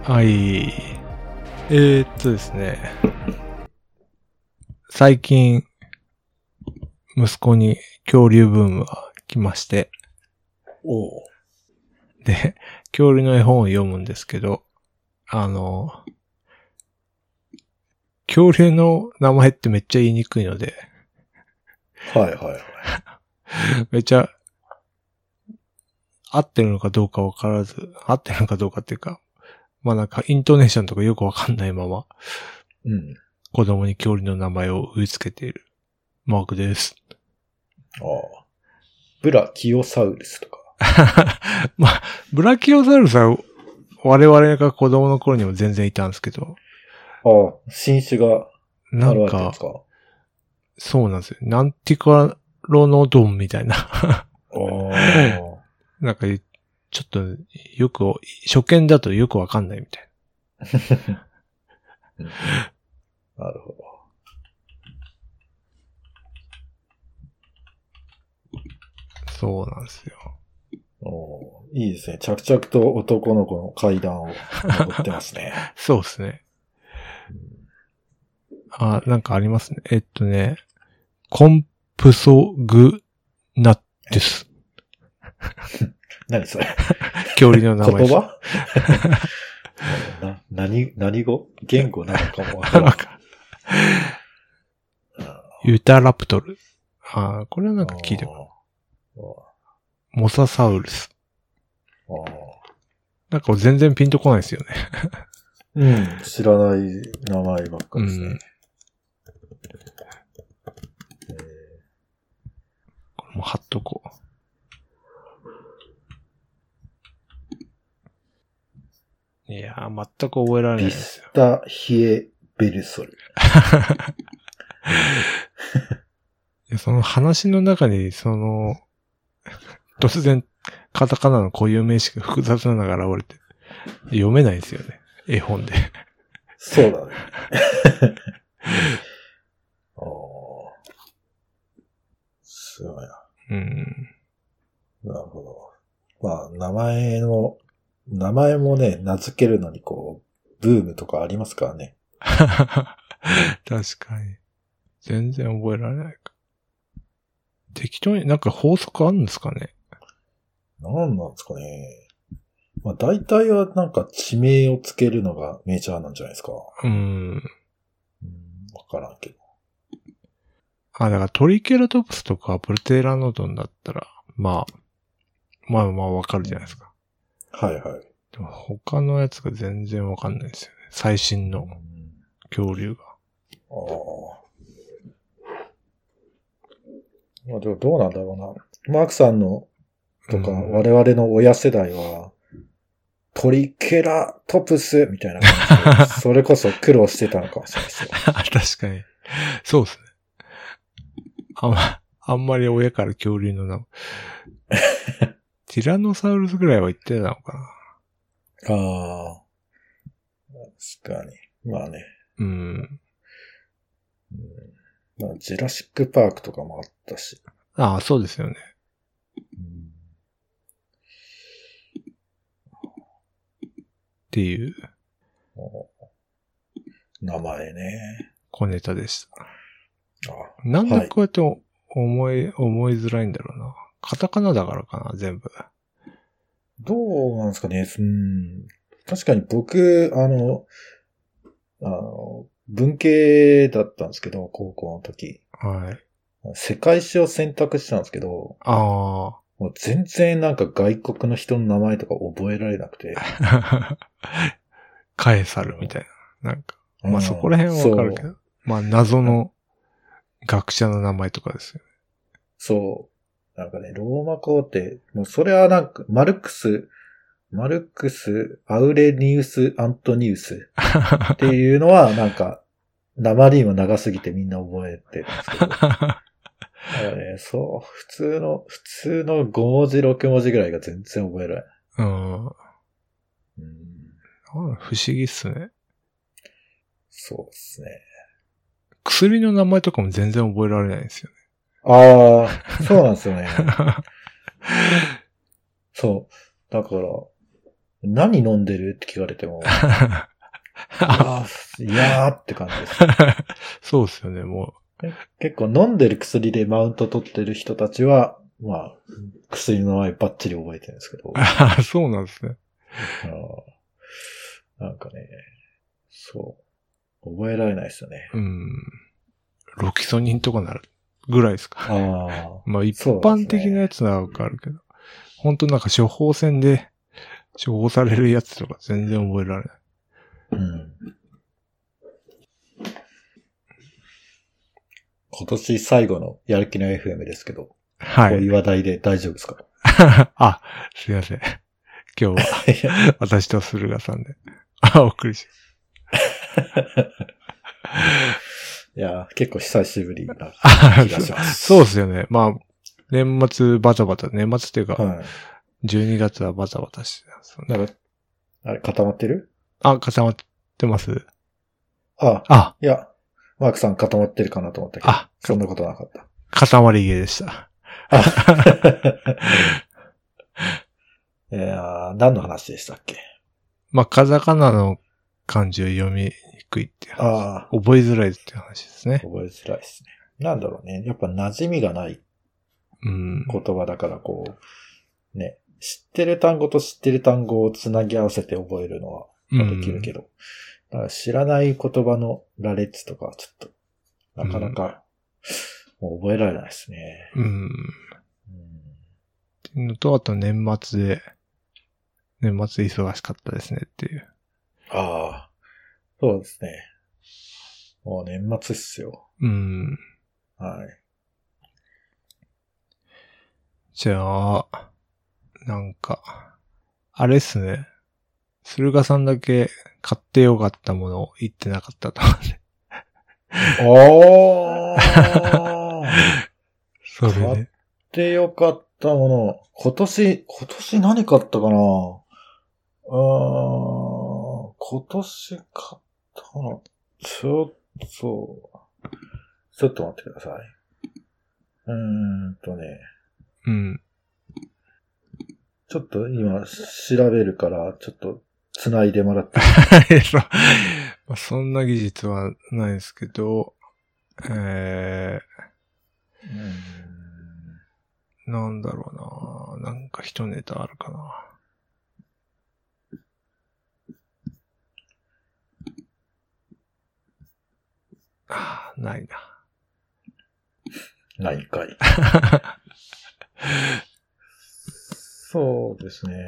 はい。ですね。最近、息子に恐竜ブームが来まして。 おう。 で、恐竜の絵本を読むんですけど、恐竜の名前ってめっちゃ言いにくいので、 はいはいはい。 めっちゃ、合ってるのかどうかわからず、合ってるのかどうかっていうか、まあなんかイントネーションとかよくわかんないまま、 うん。 子供に恐竜の名前を植え付けているマークです。 ああ。ブラキオサウルスとか。 まあ、ブラキオサウルスは我々が子供の頃にも全然いたんですけど、 ああ、新種がなんか現れてるんです、か。 そうなんですよ。なんていうか、ロノドンみたいな。 ああ。 なんか、ちょっと、よく、初見だとよくわかんないみたいうん、なるほど。 そうなんですよ。 おいいですね。着々と男の子の階段を登ってますね。 そうですね。あ、なんかありますね。コンプソグナッテス。 何それ恐竜の名前。 言葉何語言語なのかもわからん。 ユタラプトル。あ、これはなんか聞いてる。モササウルス。なんか全然ピンとこないですよね。 うん、知らない名前ばっかりですね。 これも貼っとこう。いやー、全く覚えられないですよ。 ビスタヒエベルソル。 いやその話の中に、突然、カタカナの固有名詞が複雑なのが現れて、読めないですよね。絵本で。 そうだね。ああ。すごいな。 うん。 なるほど。まあ、名前もね、名付けるのにこう、ブームとかありますからね。 確かに。全然覚えられないか。適当になんか法則あるんですかね。 なんなんですかね。まあ、大体はなんか地名をつけるのがメジャーなんじゃないですか。わからんけど。 あ、だからトリケラトプスとかプルテラノドンだったら、まあわかるじゃないですか。 はいはい。 でも他のやつが全然わかんないですよね。最新の恐竜が。 ああ。まあでもどうなんだろうな。マークさんのとか、我々の親世代は、トリケラトプスみたいな感じで、それこそ苦労してたのかもしれないですよ。 確かに。そうですね。あんまり親から恐竜の名前。ティラノサウルスぐらいは言ってたのかああ。確かに。まあね。まあ、ジュラシックパークとかもあったし。 ああ、そうですよね。っていう。 名前ね。 小ネタでした。なんでこうやって思いづらいんだろうな。カタカナだからかな、全部。 どうなんですかね。確かに僕、文系だったんですけど、高校の時。 はい。 世界史を選択したんですけど、もう全然なんか外国の人の名前とか覚えられなくて。 カエサルみたいな。なんか、まあそこら辺はわかるけど。まあ謎の学者の名前とかですよね。 そう。なんかね、ローマ皇帝、もうそれはなんか、マルクス、アウレニウス・アントニウスっていうのはなんか、鉛も長すぎてみんな覚えてるんですけど。ね、そう、普通の5文字、6文字ぐらいが全然覚えられない。 不思議っすね。 そうですね。 薬の名前とかも全然覚えられないんですよね。 ああ、そうなんですよね。そう。だから、 何飲んでるって聞かれても、いやーって感じです。 そうですよね、も結構飲んでる薬でマウント取ってる人たちは、まあ、薬の名前バッチリ覚えてるんですけど。 う。そうなんですね。 なんかね、そう。覚えられないですよね。 ロキソニンとかならぐらいですか。まあ一般的なやつはわかるけど、本当なんか処方箋で処方されるやつとか全然覚えられない。 今年最後のやる気の FM ですけど、 はい。 こういう話題で大丈夫ですか？ あ、すいません。今日は私と駿河さんでお送りしいや、結構久しぶりな気がします。 そうですよね。まあ、年末バタバタ、年末っていうか、 はい、 12月はバタバタしてますね。 あれ固まってる？ 固まってます？ いや、マークさん固まってるかなと思ったけど、そんなことなかった。 固まりゲーでした。 いや、何の話でしたっけ？ まあ、カタカナの漢字を読みにくいっていう話。覚えづらいっていう話ですね。 覚えづらいですね。なんだろうね。やっぱ馴染みがない言葉だからね、知ってる単語と知ってる単語をつなぎ合わせて覚えるのはできるけど、だから知らない言葉の羅列とかはちょっと、なかなか、もう覚えられないですね。 っていうのと、あと年末忙しかったですねっていう。 そうですね。もう年末っすよ。はい。 じゃあ、なんか、あれっすね。駿河さんだけ買ってよかったものを言ってなかったと思うんで。それで。 買ってよかったもの。今年何買ったかな？今年買ったの。ちょっと待ってください。ちょっと今調べるから、ちょっと繋いでもらって。 そんな技術はないですけど、なんだろうな。なんか一ネタあるかな。ないな。 ないかい。そうですね。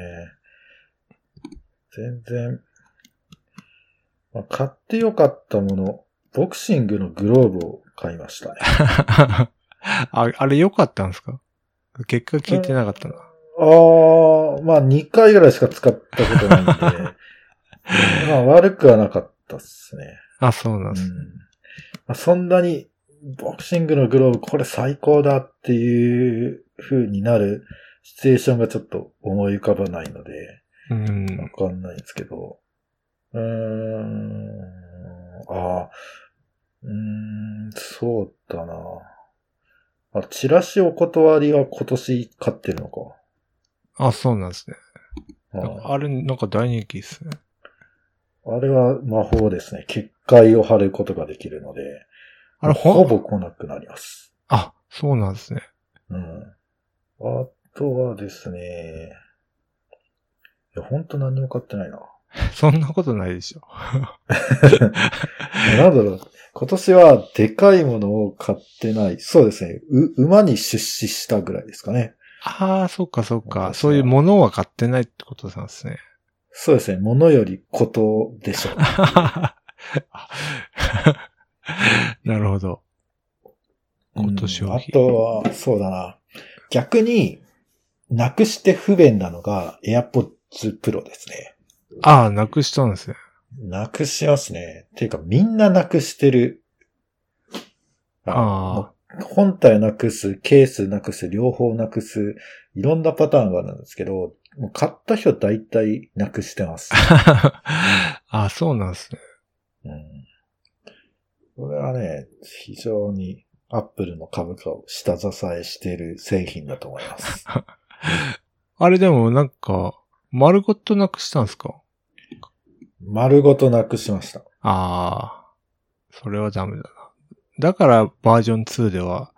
全然、買ってよかったもの、ボクシングのグローブを買いましたね。 あれ良かったんですか？結果聞いてなかったな。 2回ぐらいしか使ったことないんで、悪くはなかったっすね。 そうなんですね。 そんなに、ボクシングのグローブこれ最高だっていう風になるシチュエーションがちょっと思い浮かばないので、わかんないんですけど、そうだな。チラシお断りは今年買ってるのか。 そうなんですね。あれ、なんか大人気ですね。 あれは魔法ですね。結界を貼ることができるので、ほぼ来なくなります。 そうなんですね。 あとはですね、ほんと何も買ってないな。 そんなことないでしょ。 なんだろう。今年はでかいものを買ってない。そうですね。馬に出資したぐらいですかね。 そっかそっか。そういうものは買ってないってことなんですね。 そうですね。ものよりことでしょう。 なるほど。今年は。 あとは、そうだな。逆に、なくして不便なのが AirPods Pro ですね。 なくしたんですね。 なくしますね。ていうか、みんななくしてる。本体なくす、ケースなくす、両方なくす、いろんなパターンがあるんですけど、もう買った人大体なくしてます。 そうなんですね。 これはね、非常にアップルの株価を下支えしている製品だと思います。 あれでもなんか、 丸ごとなくしたんですか？ 丸ごとなくしました。 ああ、それはダメだな。だからバージョン2では、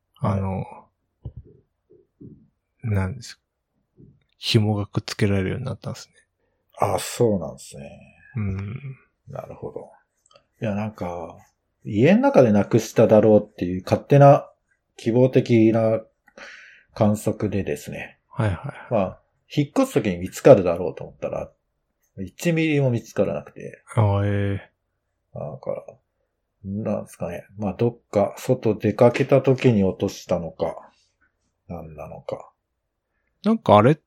なんですか。紐がくっつけられるようになったんですね。 あ、そうなんですね。なるほど。いや、なんか、家の中でなくしただろうっていう勝手な希望的な観測でですね。 はいはい。 まあ、引っ越すときに見つかるだろうと思ったら、1ミリも見つからなくて。 ああ、ええ。 だから、なんですかね。まあ、どっか外出かけたときに落としたのか、何なのか。 なんかあれって、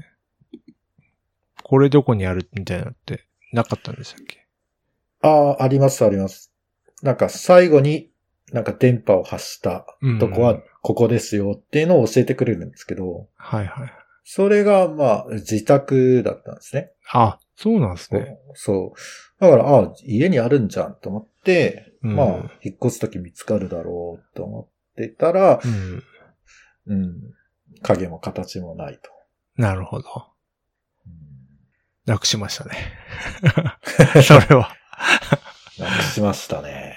これどこにあるみたいなのってなかったんでしたっけ？ ありますあります。なんか最後になんか電波を発したとこはここですよっていうのを教えてくれるんですけど。 はいはい。 それがまあ自宅だったんですね。 あ、そうなんですね。 そう。だから、家にあるんじゃんと思って、まあ、引っ越すとき見つかるだろうと思ってたら、影も形もないと。 なるほど。なくしましたね。それは。 なくしましたね。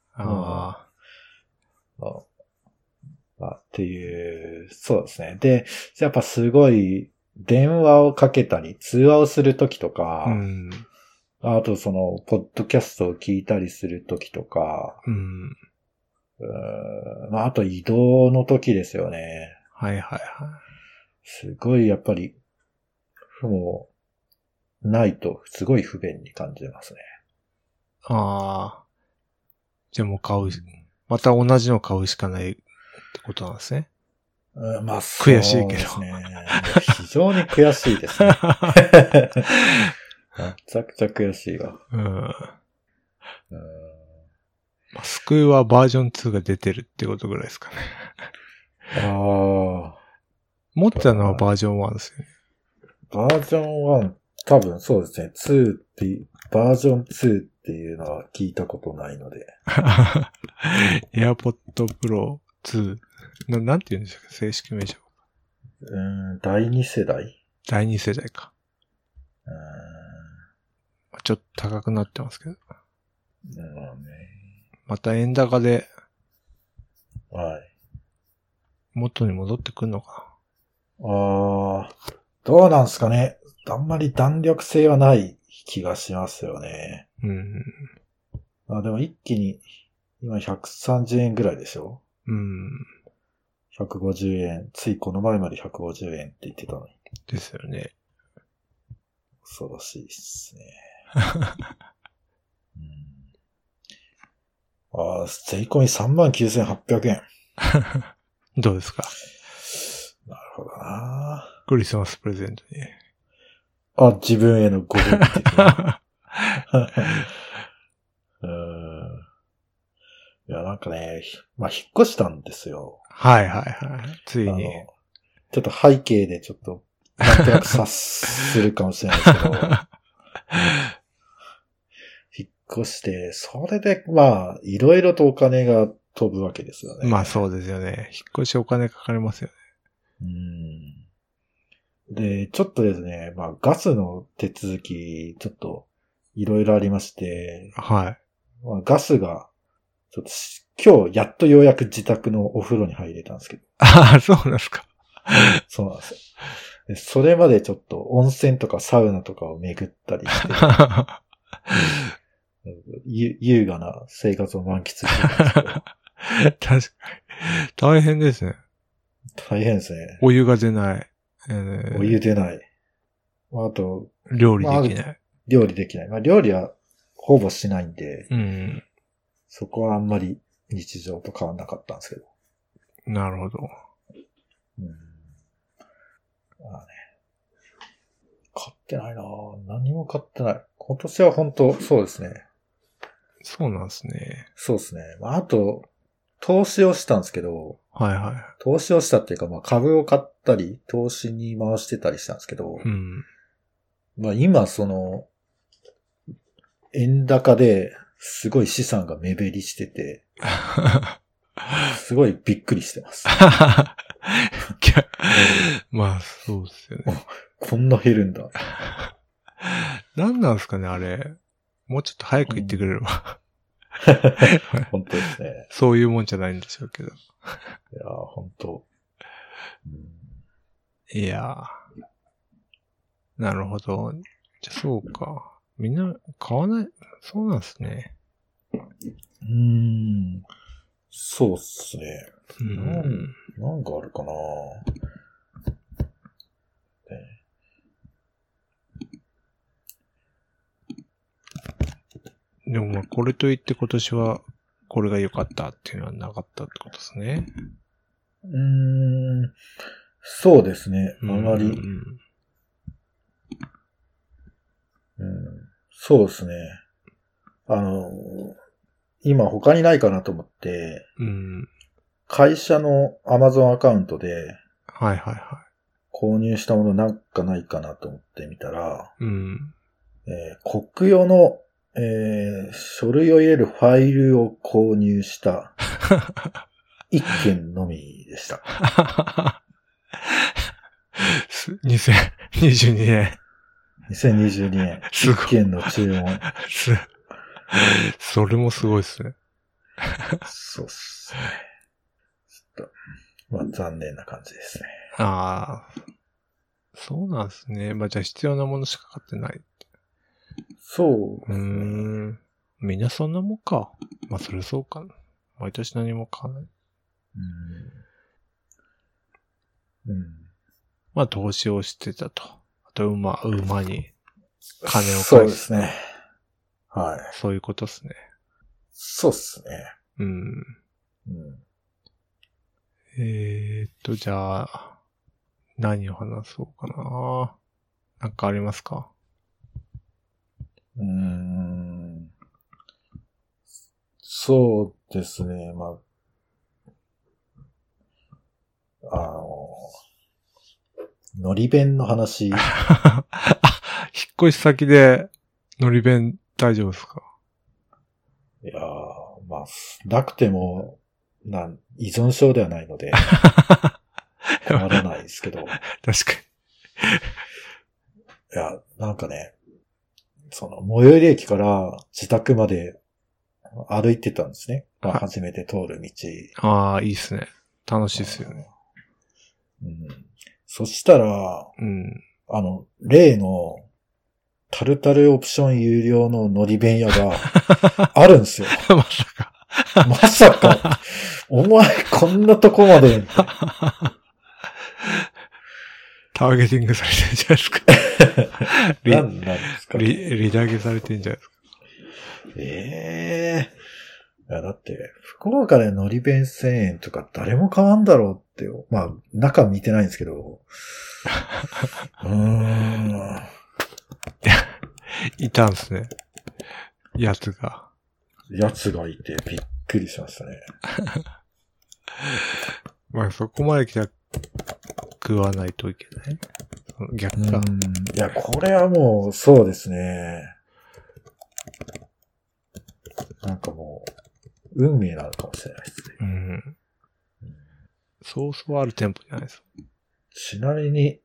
っていう、そうですね。で、やっぱすごい、電話をかけたり、通話をするときとか、あとその、ポッドキャストを聞いたりするときとか、まあ、あと移動のときですよね。 はいはいはい。 すごいやっぱり、もう、ないと、すごい不便に感じますね。 ああ。じゃあもう買う、また同じの買うしかないってことなんですね。 まあ、そうですね。 悔しいけど。 非常に悔しいですね。めちゃくちゃ悔しいわ。 まあ、スクーはバージョン2が出てるってことぐらいですかね。 持ってたのはバージョン1ですよね。 バージョン1、多分そうですね。2って、バージョン2っていうのは聞いたことないので。 AirPod Pro 2。なんて言うんでしょうか、正式名称。 第2世代？ 第2世代か。ちょっと高くなってますけど。また円高で、元に戻ってくるのかな。どうなんすかね。あんまり弾力性はない気がしますよね。でも一気に、今130円ぐらいでしょ？150円。ついこの前まで150円って言ってたのに。 ですよね。 恐ろしいっすね。税込み 39,800 円。 どうですか？ なるほどな。 クリスマスプレゼントに。 自分へのご褒美的な。いや、なんかね、まあ、引っ越したんですよ。 はいはいはい。ついに。 ちょっと背景でちょっと、なんとなく察するかもしれないですけど。引っ越して、それで、まあ、いろいろとお金が飛ぶわけですよね。 まあそうですよね。引っ越しお金かかりますよね。 で、ちょっとですね、まあ、ガスの手続き、ちょっと、いろいろありまして、 はい。 まあ、ガスが、ちょっと、今日、やっとようやく自宅のお風呂に入れたんですけど。 そうなんですか。 そうなんですよ。でそれまでちょっと、温泉とかサウナとかを巡ったりして、優雅な生活を満喫してたんですけど。確かに。大変ですね。 大変ですね。 お湯が出ない。 お湯出ない。あと、 料理できない。 料理できない。まあ料理はほぼしないんで、そこはあんまり日常と変わんなかったんですけど。 なるほど。 買ってないなぁ。何も買ってない。今年は本当そうですね。 そうなんですね。 そうですね。まあ、あと、投資をしたんですけど、 はいはい。 投資をしたっていうか、まあ株を買ったり、投資に回してたりしたんですけど、まあ今その、円高ですごい資産が目減りしてて、すごいびっくりしてます。 まあそうですよね。 こんな減るんだ。 何なんですかね、あれ。もうちょっと早く言ってくれれば。 本当ですね。 そういうもんじゃないんでしょうけど。 いやー、本当。 いやー。なるほど。じゃあそうか。みんな買わない。そうなんですね。 そうっすね。 なんかあるかな、 でもまあこれといって今年はこれが良かったっていうのはなかったってことですね。 そうですね。あまり。そうですね。今他にないかなと思って、会社の Amazon アカウントで、購入したものなんかないかなと思ってみたら、国用の、書類を入れるファイルを購入した一件のみでした。 2022年。 2022年。一件の注文。 それもすごいですね。 そうっすね。ちょっと、まあ残念な感じですね。 ああ。そうなんですね。まあじゃあ必要なものしか買ってない。 そう。 みんなそんなもんか。まあそれそうかな。毎年何も買わない。まあ投資をしてたと。あと馬に金を返す。 そうですね。はい。 そういうことですね。 そうっすね。 じゃあ、何を話そうかな。なんかありますか？ そうですね。まあ、のり弁の話。引っ越し先でのり弁大丈夫ですか？ いやー、まあ、なくても、依存症ではないので、困らないですけど。 確かに。いや、なんかね、最寄り駅から自宅まで歩いてたんですね。まあ、初めて通る道。 ああ、いいっすね。楽しいっすよね。 そしたら、例のタルタルオプション有料ののり弁屋があるんですよ。まさか。お前こんなとこまで。 ターゲティングされてるんじゃないですか。 何なんですか、ね、 リダゲされてるんじゃないですか。 いや、だって、福岡でのり弁1000円とか誰も買わんだろうってよ。まあ、中見てないんですけど。 いたんすね。やつがいてびっくりしましたね。 まあそこまで来たら食わないといけない。逆か。 いや、これはもうそうですね。なんかもう、運命なのかもしれないですね。 そうそうある店舗じゃないですか。 ちなみに、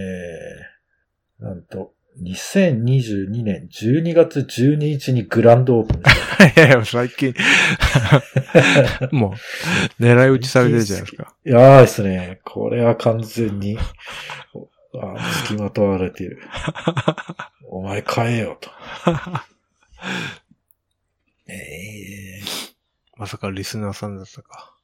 なんと、2022年12月12日にグランドオープンした。 いや、最近。もう、狙い撃ちされてるじゃないですか。 いやーですね。これは完全に、付きまとわれている。お前買えよと。 まさかリスナーさんだったか。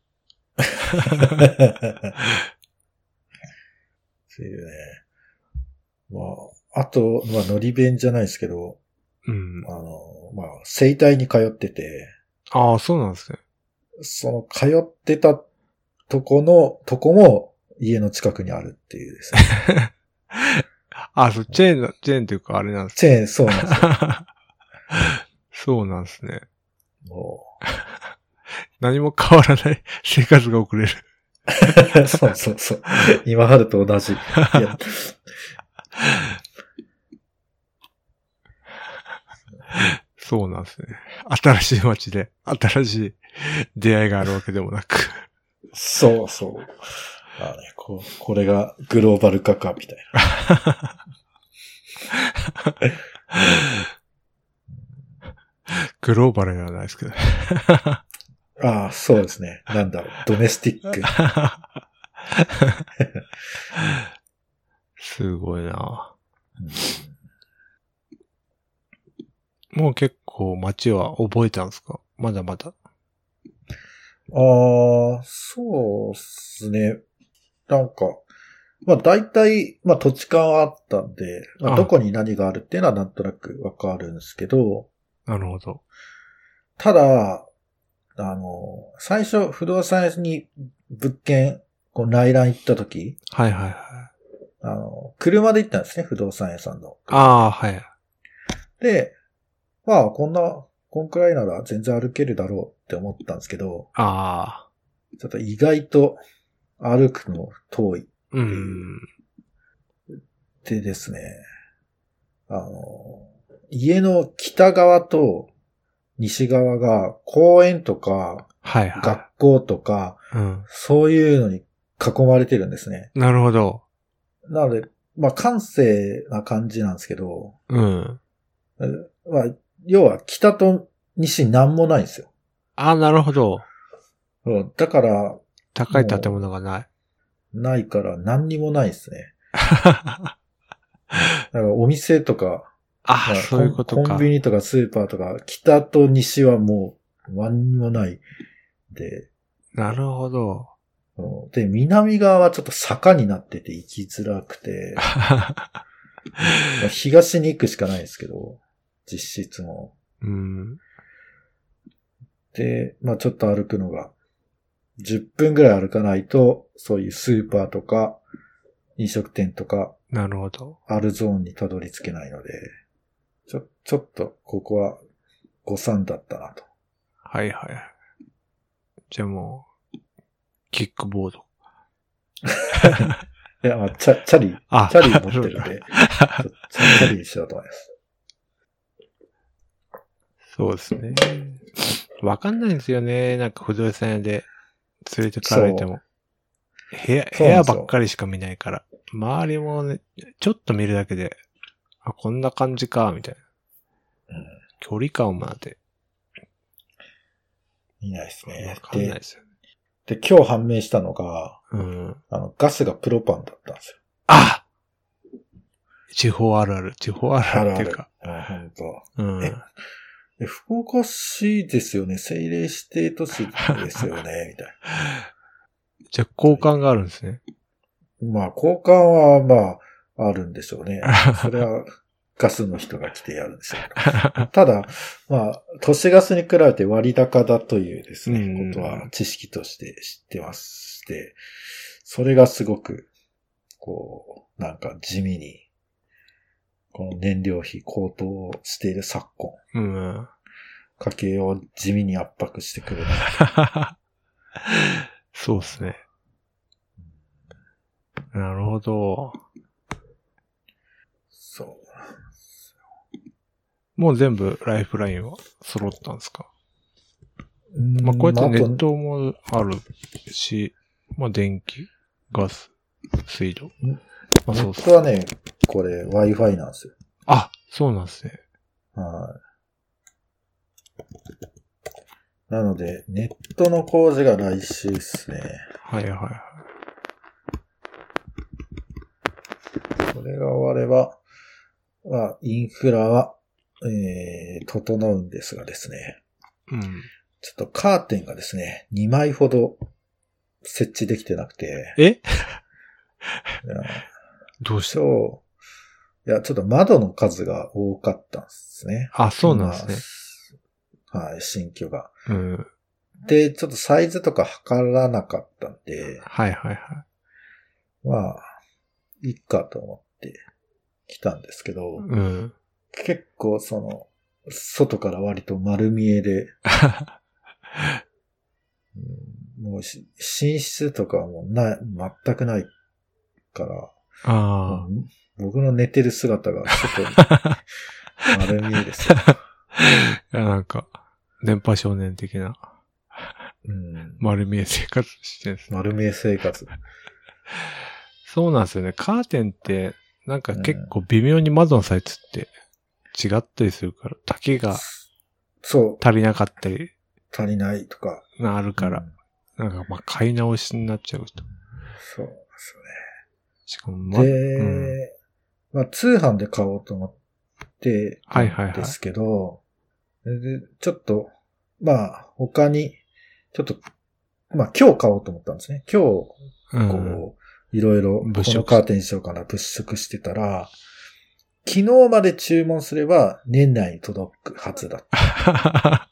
そういうね。まあ、あと、まあ、のり弁じゃないですけど、まあ、整体に通ってて。 ああ、そうなんですね。 通ってたとこも家の近くにあるっていうですね。 そう、チェーンというかあれなんですね。チェーン、そうなんですよ。 そうなんですね。何も変わらない生活が送れる。 そう。今春と同じ。 そうなんですね。新しい街で新しい出会いがあるわけでもなく。 そう。これがグローバル化か、みたいな。 グローバルではないですけど。 ああ、そうですね。なんだろう。ドメスティック。 すごいな、もう結構街は覚えたんですか？まだまだ。 ああ、そうですね。なんか、まあ大体、まあ土地勘はあったんで、まあ、どこに何があるっていうのはなんとなくわかるんですけど、 なるほど。 ただ、最初不動産屋に物件、こう内覧行った時、 はいはいはい。 車で行ったんですね、不動産屋さんの。 ああ、はい。 で、まあこんくらいなら全然歩けるだろうって思ったんですけど、 ああ。 ちょっと意外と歩くの遠い。でですね、家の北側と西側が公園とか、 はいはい、 学校とか、そういうのに囲まれてるんですね。 なるほど。 なので、まあ、閑静な感じなんですけど、まあ、要は北と西なんもないんですよ。 ああ、なるほど。 だから、 高い建物がない。 ないから何にもないですね。だからお店とか、 ああ、そういうことか。 コンビニとかスーパーとか、北と西はもう何にもないで。 なるほど。 で、南側はちょっと坂になってて行きづらくて、東に行くしかないですけど、実質も。で、まあちょっと歩くのが、10分ぐらい歩かないと、そういうスーパーとか、飲食店とか、 なるほど。 あるゾーンにたどり着けないので、ちょっと、ここは、誤算だったなと。 はいはい。じゃあもう、キックボード。 いや、まあ、チャリ持ってるんで、チャリにしようと思います。 そうですね。わかんないんですよね。なんか不動産屋で連れてかれても。部屋ばっかりしか見ないから。周りもね、ちょっと見るだけで、あ、こんな感じか、みたいな。距離感まで。 いないですね。 わかんないですよね。 で、今日判明したのが、ガスがプロパンだったんですよ。 あ！地方あるあるっていうか。 本当。福岡市ですよね。政令指定都市ですよね、みたいな。 じゃあ、交換があるんですね。 まあ、交換は、まあ、あるんでしょうね。それは、ガスの人が来てやるんでしょう。ただ、まあ、都市ガスに比べて割高だというですね、ことは知識として知ってまして、それがすごく、こう、なんか地味に、この燃料費高騰している昨今、家計を地味に圧迫してくるな。 そうですね。なるほど。 そうなんですよ。もう全部ライフラインは揃ったんですか？まあこうやってネットもあるし、まあ電気、ガス、水道。 まあ、そうです。ネットはね、これ Wi-Fi なんですよ。 あ、そうなんですね。 はい。なので、ネットの工事が来週ですね。 はいはいはい。 それが終われば、まあ、インフラは、整うんですがですね。ちょっとカーテンがですね、2枚ほど設置できてなくて。 どうしたの？ いや、ちょっと窓の数が多かったんですね。 あ、そうなんですね。はい、新居が。で、ちょっとサイズとか測らなかったんで。 はいはいはい。 まあ、いいかと思って来たんですけど、結構外から割と丸見えで、もう寝室とかはもう全くないから、僕の寝てる姿が外に丸見えですよ。 いや、なんか、電波少年的な、丸見え生活してるんです。 丸見え生活。 そうなんですよね。カーテンって、 なんか結構微妙に窓のサイズって違ったりするから、丈がそう。 足りなかったり。 足りないとか。 あるから。なんかまあ買い直しになっちゃうと。 そうですよね。 しかもまあ通販で買おうと思ってですけど、でちょっと、まあ他に、ちょっと、まあ今日買おうと思ったんですね。今日、いろいろこのカーテンにしようかな、物色してたら、昨日まで注文すれば年内に届くはずだった。 はい。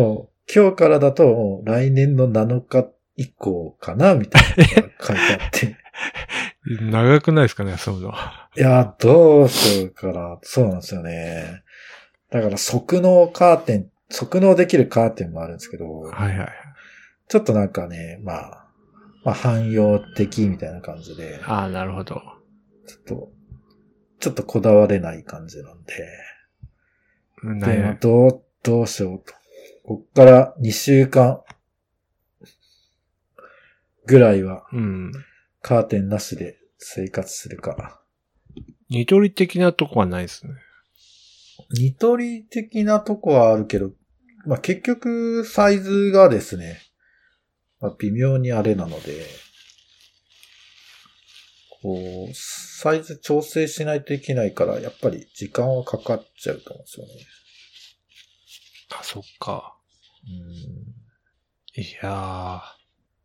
もう今日からだともう来年の7日以降かなみたいなのが書いてあって。 長くないですかね、そういうの。 いや、どうしようかな。そうなんですよね。だから即納できるカーテンもあるんですけど。 はいはい。 ちょっとなんかね、まあ汎用的みたいな感じで。 ああ、なるほど。 ちょっとこだわれない感じなんで。で、どうしようと。こっから2週間ぐらいは、カーテンなしで生活するか。 ニトリ的なとこはないですね。 ニトリ的なとこはあるけど、まあ、結局サイズがですね、まあ、微妙にあれなので、こう、サイズ調整しないといけないから、やっぱり時間はかかっちゃうと思うんですよね。 あ、そっか。いやー。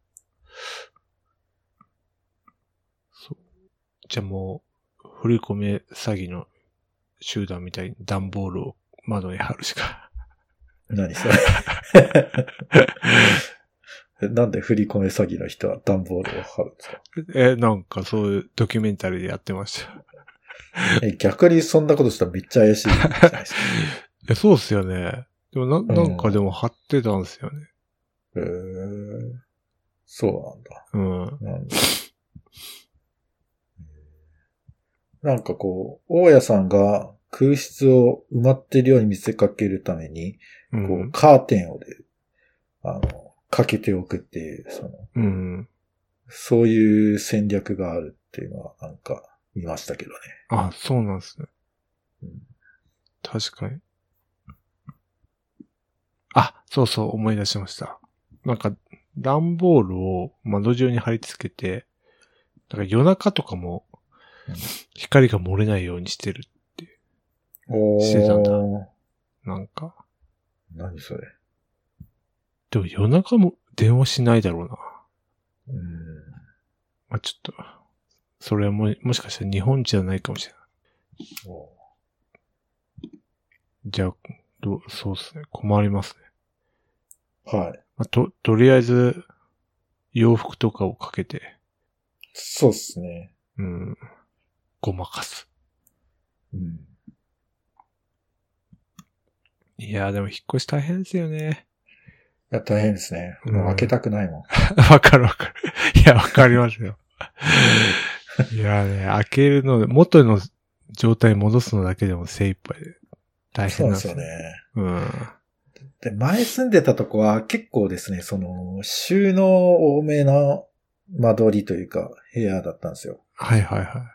じゃあもう、振り込め詐欺の集団みたいに段ボールを窓に貼るしか。 何それなんで振り込め詐欺の人は段ボールを貼るんですか？ なんかそういうドキュメンタリーでやってました。 逆にそんなことしたらめっちゃ怪しいじゃないですか。 そうっすよね。でもなんかでも貼ってたんですよね。 そうなんだ。なんかこう、大家さんが空室を埋まってるように見せかけるために、こう、カーテンをかけておくっていう、そういう戦略があるっていうのはなんか見ましたけどね。 あ、そうなんですね。確かに。あ、そうそう、思い出しました。なんか、段ボールを窓上に貼り付けて、なんか夜中とかも、光が漏れないようにしてるって。してたんだ。なんか。 何それ。 でも夜中も電話しないだろうな。まあ、ちょっと、それはもしかしたら日本じゃないかもしれない。じゃあ、そうですね。困りますね。はい。 まあ、とりあえず、洋服とかをかけて。 そうっすね。 ごまかす。いやでも引っ越し大変ですよね。 いや、大変ですね。もう開けたくないもん。 わかる。いや、わかりますよ。いやね、開けるので、元の状態に戻すのだけでも精一杯で大変なんですよね。 そうですよね。で、前住んでたとこは結構ですね、収納多めの間取りというか、部屋だったんですよ。 はいはいはい。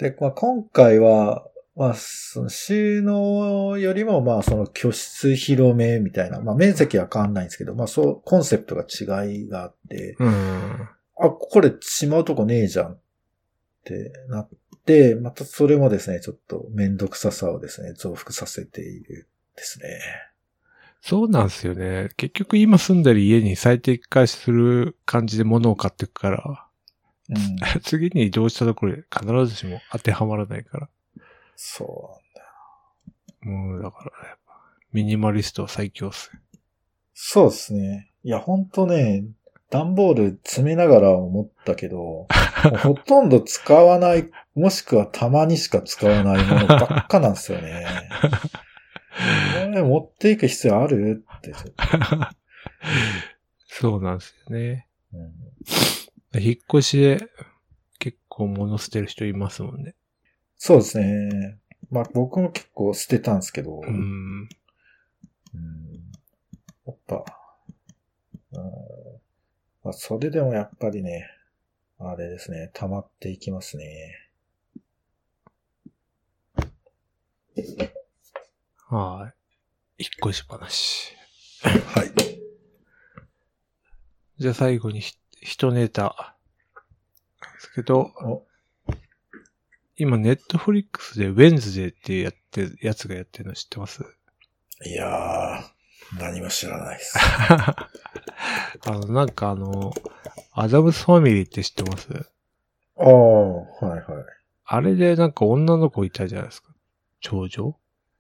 で、まあ、今回は、まあ、その収納よりも、まあ、その居室広めみたいな、まあ、面積は変わんないんですけど、まあ、コンセプトが違いがあって、これしまうとこねえじゃんってなって、またそれもですね、ちょっとめんどくささをですね、増幅させているですね。 そうなんですよね。結局今住んでる家に最適化する感じで物を買っていくから、次に移動したところで必ずしも当てはまらないから。 そうなんだ。もうだから、やっぱミニマリストは最強っすね。 そうですね。いや、ほんとね、段ボール詰めながら思ったけど、ほとんど使わない、もしくはたまにしか使わないものばっかなんですよね。これ持っていく必要あるってちょっと。 そうなんですよね。引っ越しで結構物捨てる人いますもんね。 そうですね。まあ僕も結構捨てたんですけど。やっぱ、まあ、それでもやっぱりね、 あれですね、溜まっていきますね。 はい。引っ越し話。 はい。 じゃあ最後に一ネタ。ですけど、今ネットフリックスでウェンズデーってやつがやってるの知ってます？ いやー、何も知らないです。 なんかアダムスファミリーって知ってます？ ああ、はいはい。 あれでなんか女の子いたじゃないですか。長女？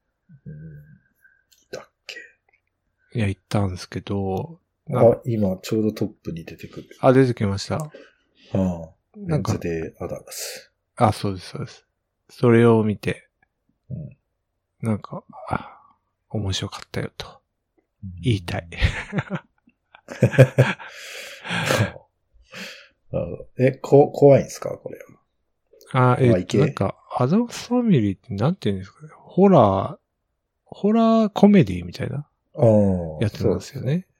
だっけ。 いや、いたんですけど。 今ちょうどトップに出てくる。 出てきました。 なんか。ウェンズデーアダムス。 そうです、そうです。それを見て、なんか、面白かったよと言いたい。 怖いんですかこれは。 なんか、アダムスファミリーってなんて言うんですかね。ホラーコメディみたいなやつなんですよね。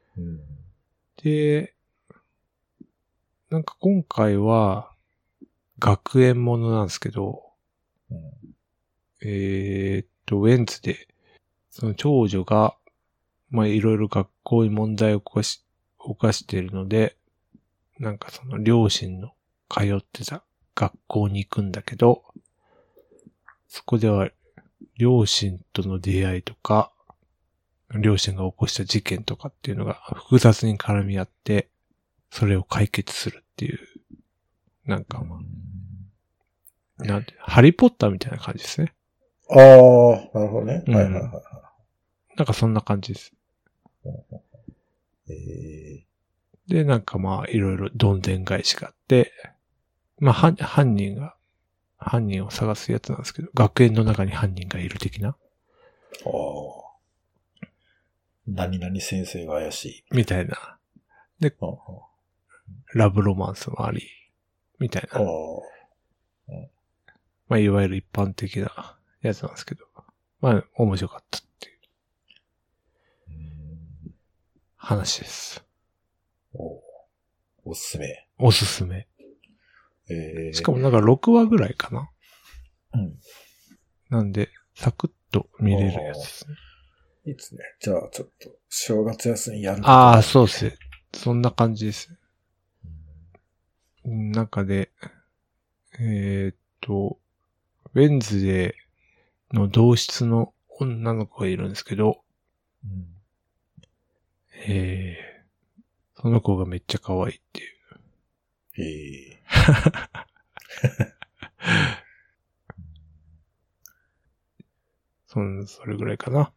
で、なんか今回は学園ものなんですけど、ウェンズで、その長女が、まあいろいろ学校に問題を犯しているので、なんかその両親の通ってた学校に行くんだけど、そこでは両親との出会いとか、両親が起こした事件とかっていうのが複雑に絡み合って、それを解決するっていう、なんかハリーポッターみたいな感じですね。 ああ、なるほどね。はいはいはい。 なんかそんな感じです。で、なんかまあいろいろどんでん返しがあって、まあ犯人を探すやつなんですけど、学園の中に犯人がいる的な。 何々先生が怪しい。 みたいな。で、ラブロマンスもあり、みたいな。まあいわゆる一般的なやつなんですけど、まあ面白かったっていう話です。 おすすめ。 おすすめ。しかもなんか6話ぐらいかな。なんで、サクッと見れるやつですね。 いいですね。じゃあちょっと、正月休みやるか。 そうですね。そんな感じです。中で、ウェンズデーの同室の女の子がいるんですけど、その子がめっちゃ可愛いっていう。それぐらいかな。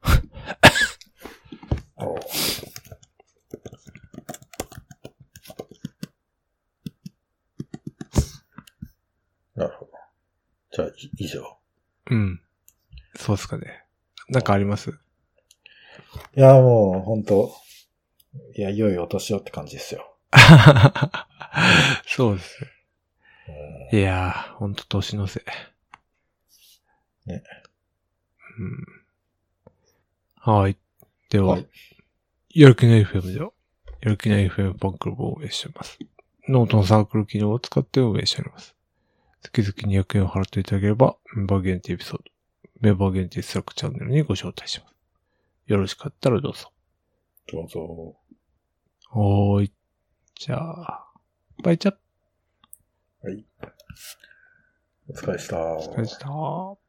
なるほど。じゃあ、以上。 そうっすかね。なんかあります？ いや、もう、ほんと。いや、良いお年をって感じですよ。 そうです。いやー、ほんと年のせい。ね。はい。では、やる気ない FM では、やる気ない FM ファンクラブを運営しています。ノートのサークル機能を使って運営しております。月々200円を払っていただければ、メンバー限定エピソード、メンバー限定スラックチャンネルにご招待します。よろしかったらどうぞ。 どうぞ。 じゃあ、バイチャッ。 はい。お疲れした。 お疲れした。